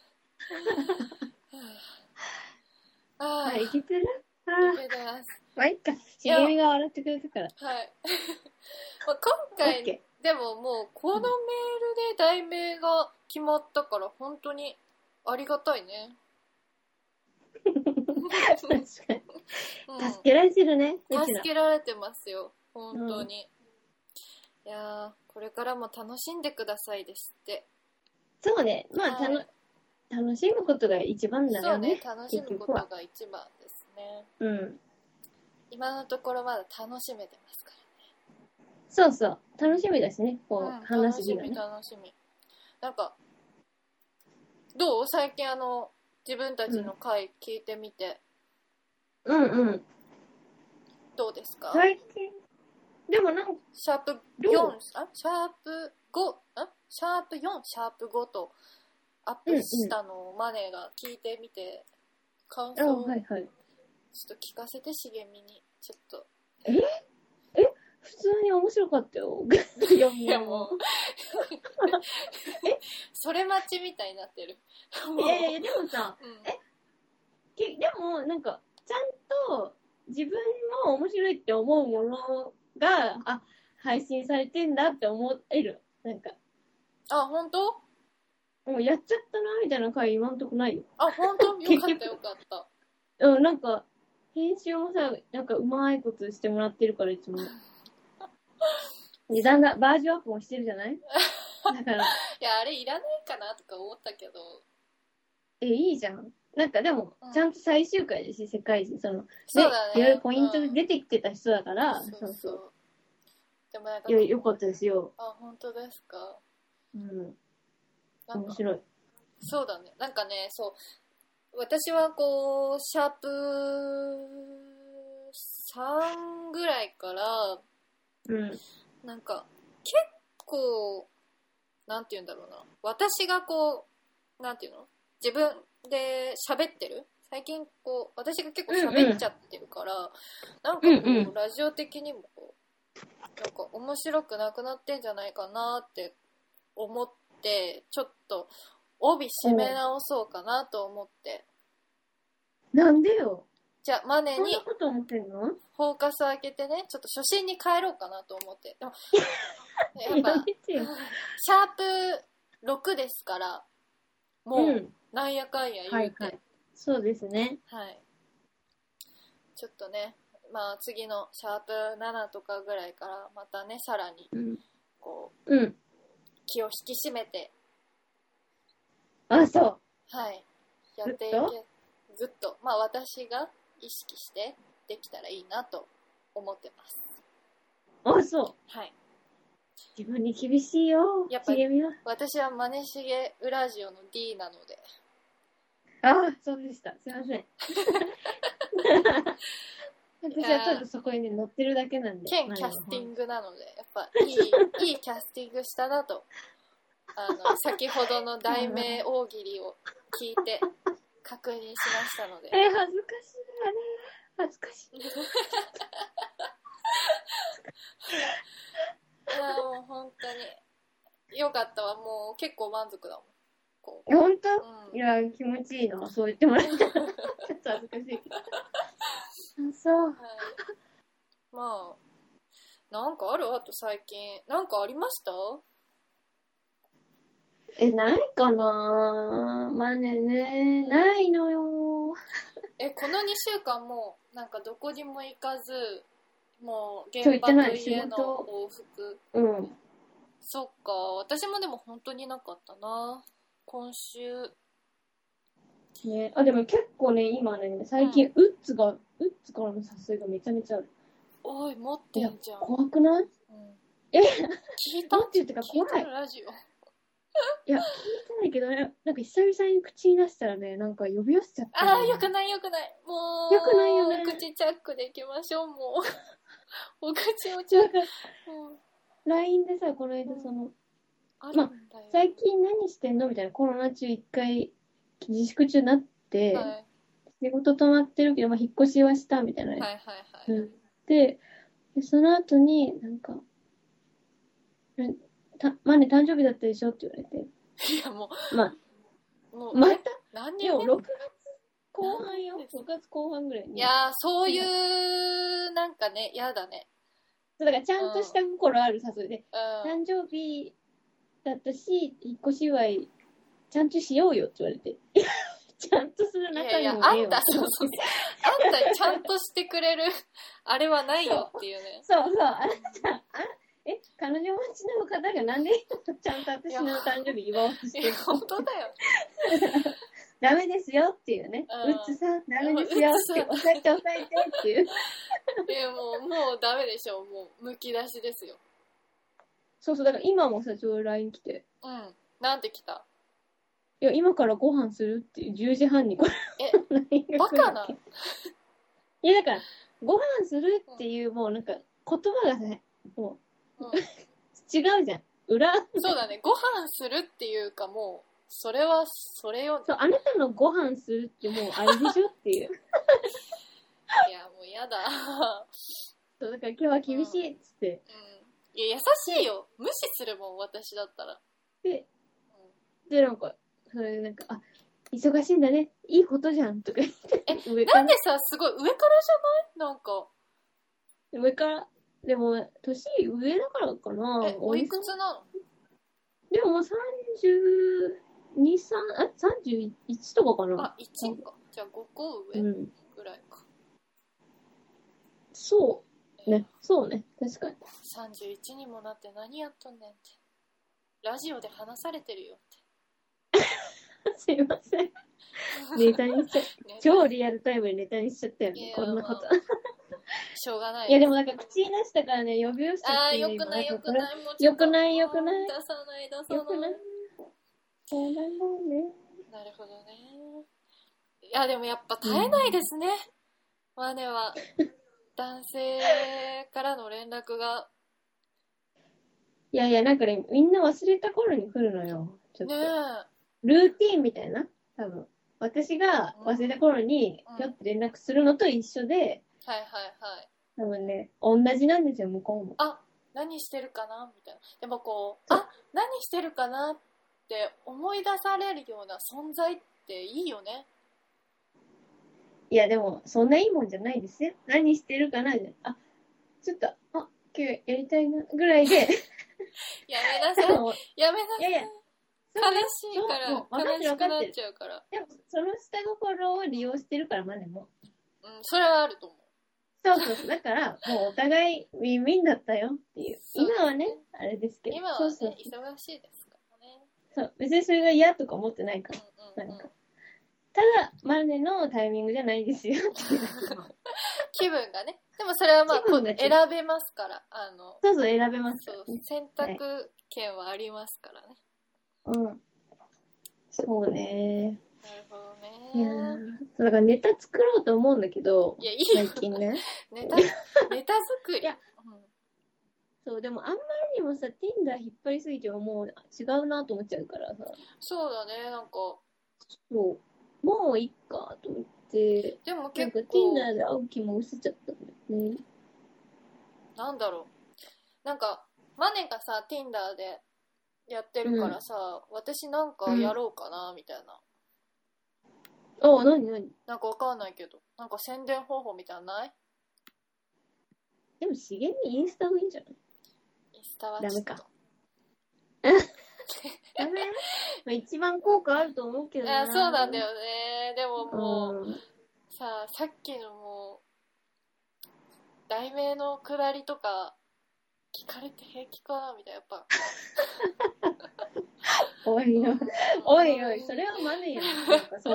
はい、いけてる？ いけてます。 まあ、いっか。茂みが笑ってくれたから。 はい。まあ、今回、でももう、このメールで題名が決まったから、本当にありがたいね。 確かに。助けられてるね。 助けられてますよ。本当に。いやー、これからも楽しんでくださいですって。 そうね。まあ、楽しむことが一番だよね。 そうね、楽しむことが一番ですね。 うん。 今のところまだ楽しめてますからね。 そうそう。楽しみだしね。こう、話がね。 楽しみ。なんか、どう？最近自分たちの回聞いてみて。 うんうん。 どうですか？ 最近。でもなんか、 シャープ4、シャープ5、シャープ4、シャープ5とアップしたのをマネが聞いてみて、感想をちょっと聞かせて、茂みに。ちょっと。 普通に面白かったよ。 いやもう。それ待ちみたいになってる。 いやいや、でもさ、でもなんか、ちゃんと自分も面白いって思うものが、配信されてんだって思える。なんか。 本当？ もうやっちゃったな、みたいな回今んとこないよ。 本当？よかったよかった。 なんか、編集もさ、なんかうまいことしてもらってるから、いつも。だんだんバージョンアップもしてるじゃない？だから。いや、あれいらないかなとか思ったけど。 いいじゃん。なんかでも、ちゃんと最終回ですし、世界人。 そうだね。 いろいろポイントで出てきてた人だから、そう。 でもなんかよかったですよ。 本当ですか。 うん。面白い。 そうだね。なんかね、そう。私はこう、シャープ3ぐらいから、なんか、結構、なんて言うんだろうな。私がこう、なんて言うの？自分で喋ってる？最近こう、私が結構喋っちゃってるから、なんかこう、ラジオ的にもこう、なんか面白くなくなってんじゃないかなって思って、ちょっと帯締め直そうかなと思って。 なんでよ。 じゃあマネにそんなこと思ってんの？ フォーカスを開けてね、ちょっと初心に帰ろうかなと思って。でもやっぱシャープ6ですから、もうなんやかんや言うて、 そうですね。 はい。ちょっとね、まあ次のシャープ7とかぐらいからまたね、さらにこう、気を引き締めて、 そう。 はい。やっていけ、ぐっと、まあ私が意識してできたらいいなと思ってます。 そう。 はい。 自分に厳しいよ。 やっぱり私はマネしげウラジオの D なので。 そうでした。すいません。私はただそこにね、乗ってるだけなんで。 兼キャスティングなので、やっぱいいキャスティングしたなと、先ほどの題名大喜利を聞いて確認しましたので。 恥ずかしいわね。恥ずかしい。 いや、もう本当に。よかったわ。もう結構満足だもん。 本当、いや、気持ちいいな。そう言ってもらったら。ちょっと恥ずかしいけど。そう。はい、 まあ、なんかある？あと最近。なんかありました？ ないかな。まあね、ないのよ。 この2週間もなんかどこにも行かず、もう現場と家の往復。 うん。 そっか、私もでも本当になかったな。今週。 ね、でも結構ね、今ね、最近、ウッズからの誘いがめちゃめちゃある。 おい、持ってんじゃん。 怖くない？聞いた？ っていうか怖い。 ラジオ。 いや、聞いてないけどね、なんか久々に口に出したらね、なんか呼び寄せちゃった、 ね。よくない。もう、 よくないよね。 お口チャックでいきましょう、もう。お口をチャック。 LINE でさ、この間最近何してんのみたいな、コロナ中一回自粛中になって、はい、仕事止まってるけど、引っ越しはしたみたいな。で、その後に、なんか、マネ誕生日だったでしょって言われて。 いや、もう。 また何でも6月後半よ。6月後半ぐらいに。 いやー、そういう、なんかね、やだね。 だからちゃんとした心ある誘いで、誕生日だったし、引っ越し祝い、ちゃんとしようよって言われて。ちゃんとする中にもね。 あんたちゃんとしてくれる、あれはないよっていうね。 そう。彼女持ちの方がなんでちゃんと私の誕生日祝おうとしてるの？ 本当だよ。 ダメですよっていうね。うっつさん、ダメですよって、抑えてっていう。 もうダメでしょ。もう、むき出しですよ。 そう、だから今もさ、ちょうど LINE 来て。 なんて来た？ いや、今からご飯するっていう10時半にこれ。バカな。 いや、だから、ご飯するっていう、もうなんか、言葉がね、もう、違うじゃん。 そうだね。ご飯するっていうかもう、それよ。 そう、あなたのご飯するってもうあれでしょっていう。 いや、もうやだ。 そう、だから今日は厳しいっつって。 いや、優しいよ。無視するもん、私だったら。 で、なんか、それでなんか、忙しいんだね。いいことじゃん。とか言って。 なんでさ、すごい上からじゃない？なんか。 上から。でも、年上だからかな。 おいくつなの？ でも、32、31とかかな。 1か。じゃあ5個上ぐらいか。 そうね。確かに。 31にもなって何やっとんねんって。ラジオで話されてるよって。 すいません。ネタにしちゃ超リアルタイムでネタにしちゃったよね。こんなこと。 しょうがない。 いやでもなんか口に出したからね、呼び寄せちゃって。 よくない。 よくない。 出さない。 よくない。そうなんだね。 なるほどね。いやでもやっぱ絶えないですね。マネは。男性からの連絡が。 いや、なんかね、みんな忘れた頃に来るのよ。ちょっと。ルーティーンみたいな。多分。私が忘れた頃に、ぴょって連絡するのと一緒で、多分ね、同じなんですよ、向こうも。 何してるかなみたいな。でもこう、何してるかなって思い出されるような存在っていいよね。 いや、でも、そんないいもんじゃないですよ。何してるかなちょっと、今日やりたいな、ぐらいで。 やめなさい。やめなさい。 いや悲しいから、悲しくなっちゃうから。 でも、その下心を利用してるから、マネも。 それはあると思う。 そう。だから、もうお互いウィンウィンだったよっていう。今はね、あれですけど。 今はね、忙しいですからね。 そう、別にそれが嫌とか思ってないから。なんか。ただ、マネのタイミングじゃないですよ。 気分がね。でもそれは選べますから。 そう、選べます。 選択権はありますからね。 そうね。 るほどね。 いやだからネタ作ろうと思うんだけど、 いや、いい最近ね。 ネタ作り。 いや、そう、でもあんまりにもさ、Tinder 引っ張りすぎてももう違うなと思っちゃうからさ。 そうだね、なんか。 そう。もういっかと思って。 でも結構。 なんか Tinder で会う気も失せちゃったんだよね。 なんだろう。なんか、マネがさ、Tinder でやってるからさ、私なんかやろうかな、みたいな。 あ、なになんかわかんないけど。なんか宣伝方法みたいなのない？ でも、資源にインスタがいいんじゃない？ インスタはちょっと。ダメか。 ダメ？まあ、一番効果あると思うけどな。 そうなんだよね。でももう、さっきのもう、題名のくだりとか、聞かれて平気かなみたいな、やっぱ。 おいおい、それはマネやん。なんかそう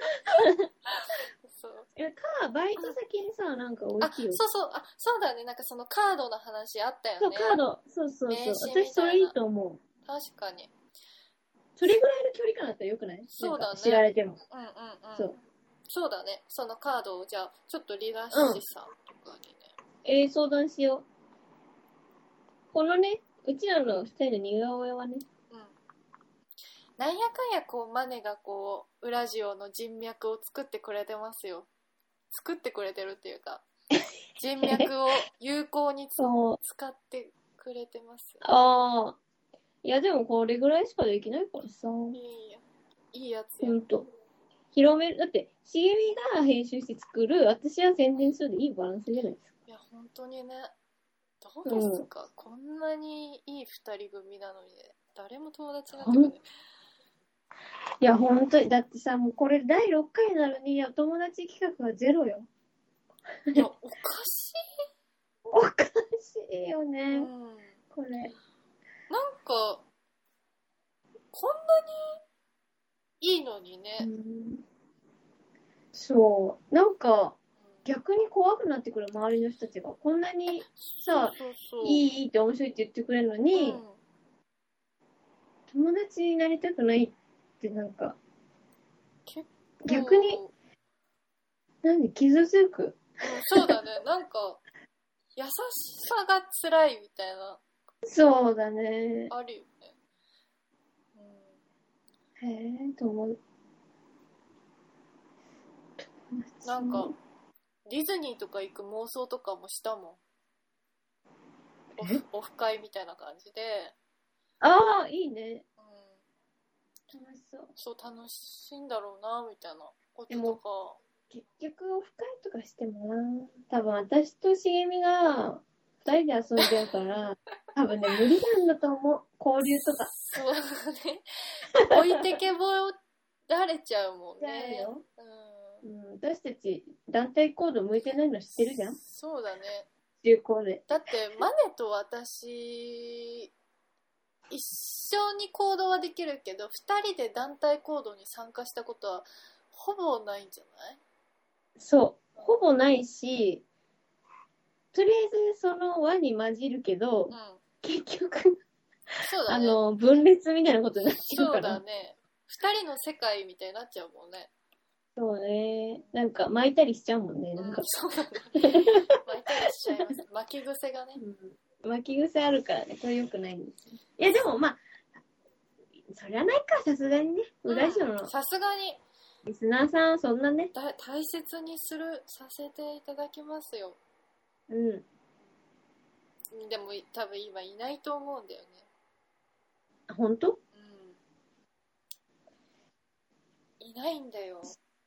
そう。バイト先にさ、なんか置いてよ。 そうだね。なんかそのカードの話あったよね。 そう、カード。そう。私それいいと思う。 確かに。 それぐらいの距離感だったらよくない？ そうだね。 知られても。 そうだね。そのカードをじゃあ、ちょっとリラッシさんとかにね。 相談しよう。このね、うちらの二人の似顔絵はね。 なんやかんやこうマネがこうウラジオの人脈を作ってくれてますよ。作ってくれてるっていうか人脈を有効に使ってくれてますよ。 いやでもこれぐらいしかできないからさ。 いいやつや。 広める。だってしげみが編集して作る、私は宣伝するでいいバランスじゃないですか。 いや本当にね。どうですか、こんなにいい二人組なのに、ね、誰も友達になってくれない。 いや、本当に。だってさ、もうこれ第6回なのに、友達企画はゼロよ。 いや、おかしい。 おかしいよね。これ。なんか、こんなにいいのにね。 そう。なんか、逆に怖くなってくる、周りの人たちが。こんなにさ、いいって面白いって言ってくれるのに、友達になりたくないってなんか、逆に、なんで傷つく？ そうだね、なんか、優しさが辛いみたいな。 そうだね。 あるよね。 へえ、と思う。 なんか、ディズニーとか行く妄想とかもしたもん。オフ会みたいな感じで。 いいね。楽しそう。 そう、楽しいんだろうな、みたいなこととか。 結局、オフ会とかしてもな、多分私と茂みが2人で遊んじゃうから、多分ね、無理なんだと思う。交流とか。 そうね。置いてけぼられちゃうもんね。 私たち、団体行動向いてないの知ってるじゃん？ そうだね。 中高で。 だって、マネと私、一緒に行動はできるけど、2人で団体行動に参加したことはほぼないんじゃない？ そう。ほぼないし、とりあえずその輪に混じるけど、結局、 そうだね、 分裂みたいなことになっちゃうから。 そうだね。2人の世界みたいになっちゃうもんね。 そうね。なんか巻いたりしちゃうもんね。なんかそうだね。巻いたりしちゃいます。巻き癖がね。 巻き癖あるからね。これ良くないんですよ。いやでもまあ、そりゃないか、さすがにね。ラジオの。 さすがに。 リスナーさん、そんなね。 大切にさせていただきますよ。でも多分今いないと思うんだよね。 本当？ いないんだよ。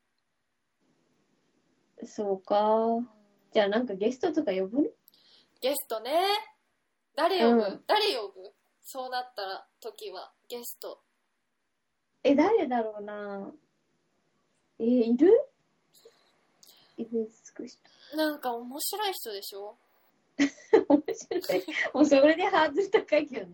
そうか。じゃあなんかゲストとか呼ぶ？ ゲストね。誰呼ぶ？そうなったら時はゲスト。 誰だろうな。いる？ なんか面白い人でしょ？ 面白い。もうそれでハードル高いけどね。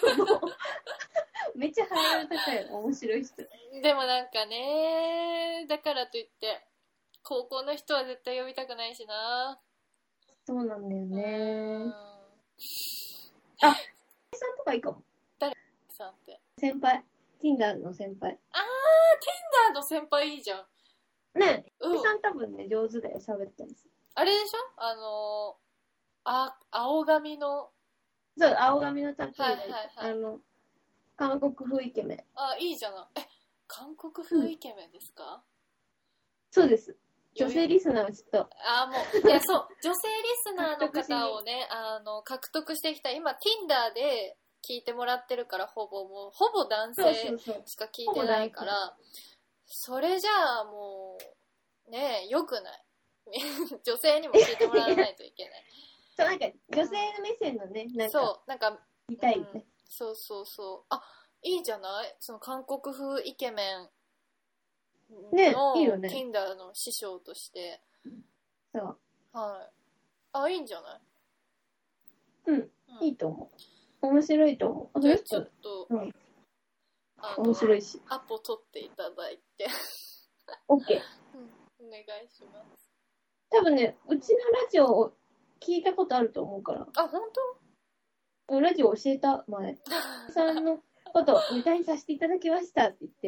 めっちゃハードル高い。面白い人。 でもなんかね、だからといって高校の人は絶対呼びたくないしな。 そうなんだよね。さんとかいいかも。 誰さんって？ 先輩。 Tinder の先輩。 Tinder の先輩いいじゃん。 ねえ、さん多分ね、上手だよ、喋ったりする。 あれでしょ青髪の。 そう、青髪のタトゥーはいはいはい。 韓国風イケメン。 いいじゃない。韓国風イケメンですか？ そうです。女性リスナーはちょっと。 もう、いや、そう、女性リスナーの方をね、獲得してきた。今、Tinder で聞いてもらってるから、ほぼ男性しか聞いてないから、それじゃあもう、ね、良くない。女性にも聞いてもらわないといけない。 そう、なんか、女性の目線のね、なんか、そう、なんか、見たいね。 そうそうそう。いいじゃない？その韓国風イケメンの、いいよね、Tinder の師匠として。 そう。 はい。いいんじゃない？ いいと思う。面白いと思う。 じゃあちょっと、 面白いし。 アポ取っていただいて。 OK。 お願いします。 多分ね、うちのラジオを聞いたことあると思うから。 本当？ラジオ教えた、前。さんのことネタにさせていただきましたって言って。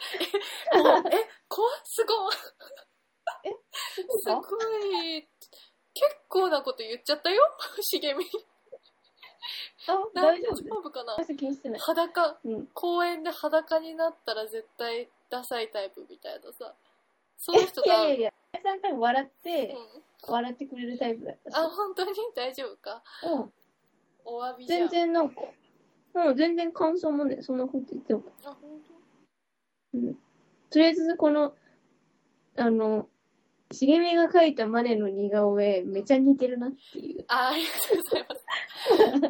すごい。すごい。結構なこと言っちゃったよ、茂み。 大丈夫かな？ 気にしてない。 裸、公園で裸になったら絶対ダサいタイプみたいなさ。その人が。 いや。さん多分笑ってくれるタイプだったし。 本当に大丈夫か？お詫びじゃん。 全然なんか、全然感想もね、そんなこと言っても。 本当？とりあえずこの、茂みが描いたマネの似顔絵、めちゃ似てるなっていう。 ありがとうございます。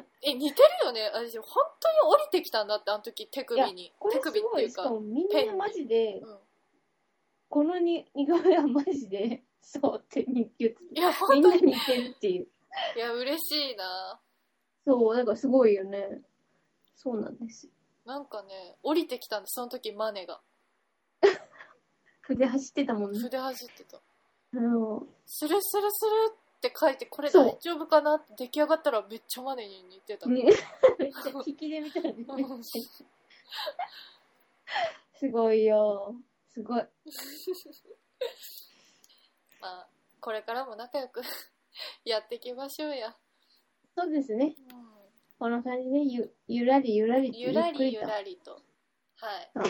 似てるよね。私、本当に降りてきたんだって、あの時、手首に。 手首っていうか、しかもみんなマジで、この似顔絵はマジで、そうって言って、みんな似てるっていう。 いや、嬉しいな。 そう、なんかすごいよね。そうなんですよ。 なんかね、降りてきたんです、その時マネが。 筆走ってたもんね。 筆走ってた。スルスルスルって書いて、これ大丈夫かなって出来上がったらめっちゃマネに似てた。ね、 めっちゃ引きで見たらね。すごいよ。すごい。 これからも仲良くやっていきましょうや。 そうですね。この感じでゆらりと。 ゆらりと。はい。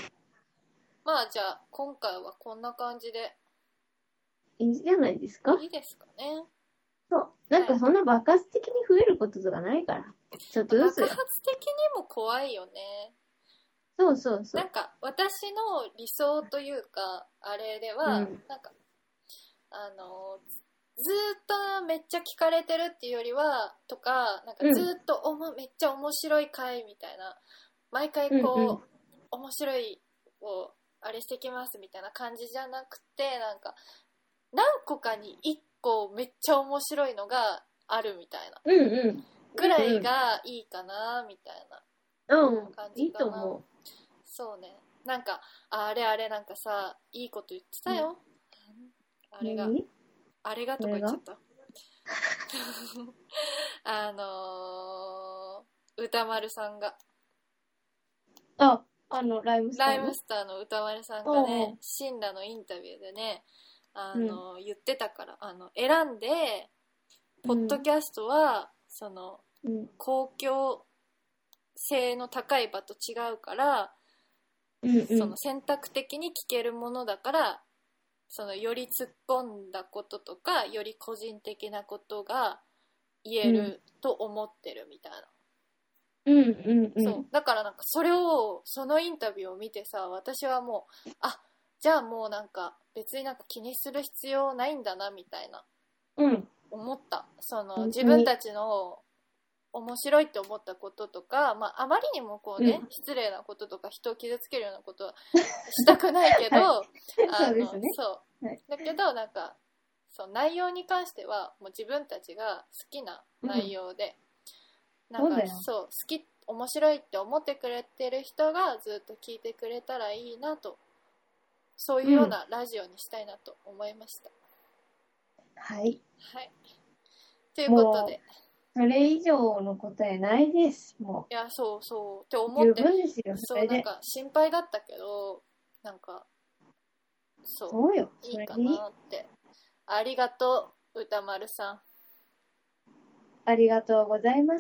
じゃあ、今回はこんな感じで。 いいんじゃないですか？ いいですかね。 そう。なんかそんな爆発的に増えることとかないから。ちょっとずつ。 爆発的にも怖いよね。 そう。 なんか、私の理想というか、あれでは、なんか、ずっとめっちゃ聞かれてるっていうよりは、とか、なんかずっとめっちゃ面白い回みたいな、毎回面白いをあれしてきますみたいな感じじゃなくて、なんか、何個かに1個めっちゃ面白いのがあるみたいな。ぐらいがいいかな、みたいな感じかな。 いいと思う。 そうね。なんか、あれなんかさ、いいこと言ってたよ。あれがとか言っちゃった。歌丸さんが。 ライムスターの歌丸さんがね、シンラのインタビューでね、言ってたから、選んで、ポッドキャストは、その、公共性の高い場と違うから、その選択的に聞けるものだから、そのより突っ込んだこととかより個人的なことが言えると思ってるみたいな。そうだからなんかそのインタビューを見てさ、私はもうじゃあもうなんか別になんか気にする必要ないんだなみたいな、思った。その自分たちの面白いって思ったこととか、あまりにもこうね、失礼なこととか人を傷つけるようなことはしたくないけど、だけどなんかそう内容に関してはもう自分たちが好きな内容で、なんか好き面白いって思ってくれてる人がずっと聞いてくれたらいいなと、そういうようなラジオにしたいなと思いました。 はい。 ということで。 それ以上の答えないです、もう。いや、そうそう。って思って。 十分ですよ、 それで。そう、なんか心配だったけど、なんか、 そうよ。 いいかなって。ありがとう、歌丸さん。 ありがとうございます。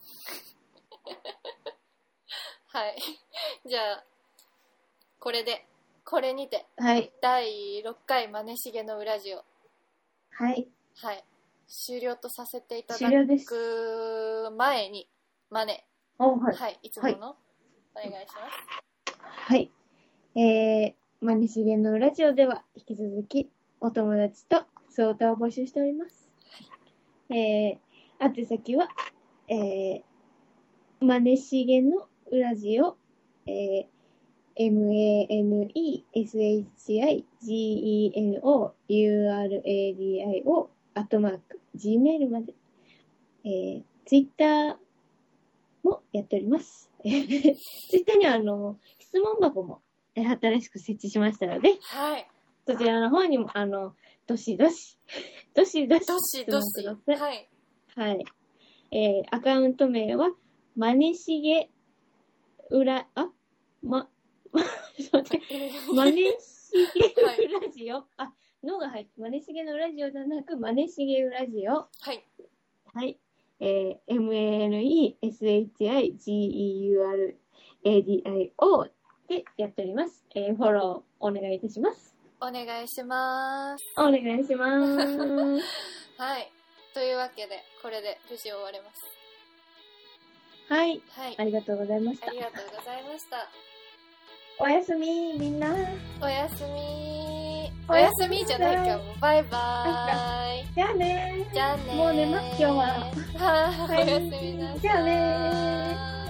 はい。じゃあ、これにて、 はい、 第6回マネしげの裏ジオ。 はい。 はい。終了とさせていただく前に、マネ。 はい。 はい。いつもの、はい、お願いします。 はい。マネしげのラジオでは、引き続き、お友達と相談を募集しております。宛先は、マネしげのラジオ、MANESHIGENOURADIO @gmail まで、ツイッターもやっております。ツイッターには質問箱も新しく設置しましたので、 はい。 そちらの方にもどしどし質問ください。 はい。 はい。アカウント名はマネしげマネしげラジオ。のが入って、マネしげのラジオじゃなく、マネしげラジオ。 はい。 はい。MANESHIGEURADIO でやっております。フォローお願いいたします。 お願いします。 お願いします。 はい。というわけで、これで無事終われます。 はい。 はい。 ありがとうございました。 ありがとうございました。 おやすみ、みんな。 おやすみ。おやすみじゃないかも。バイバーイ。 じゃあね。 じゃあね。 もう寝ます、今日は。 はい。おやすみなさい。 じゃあね。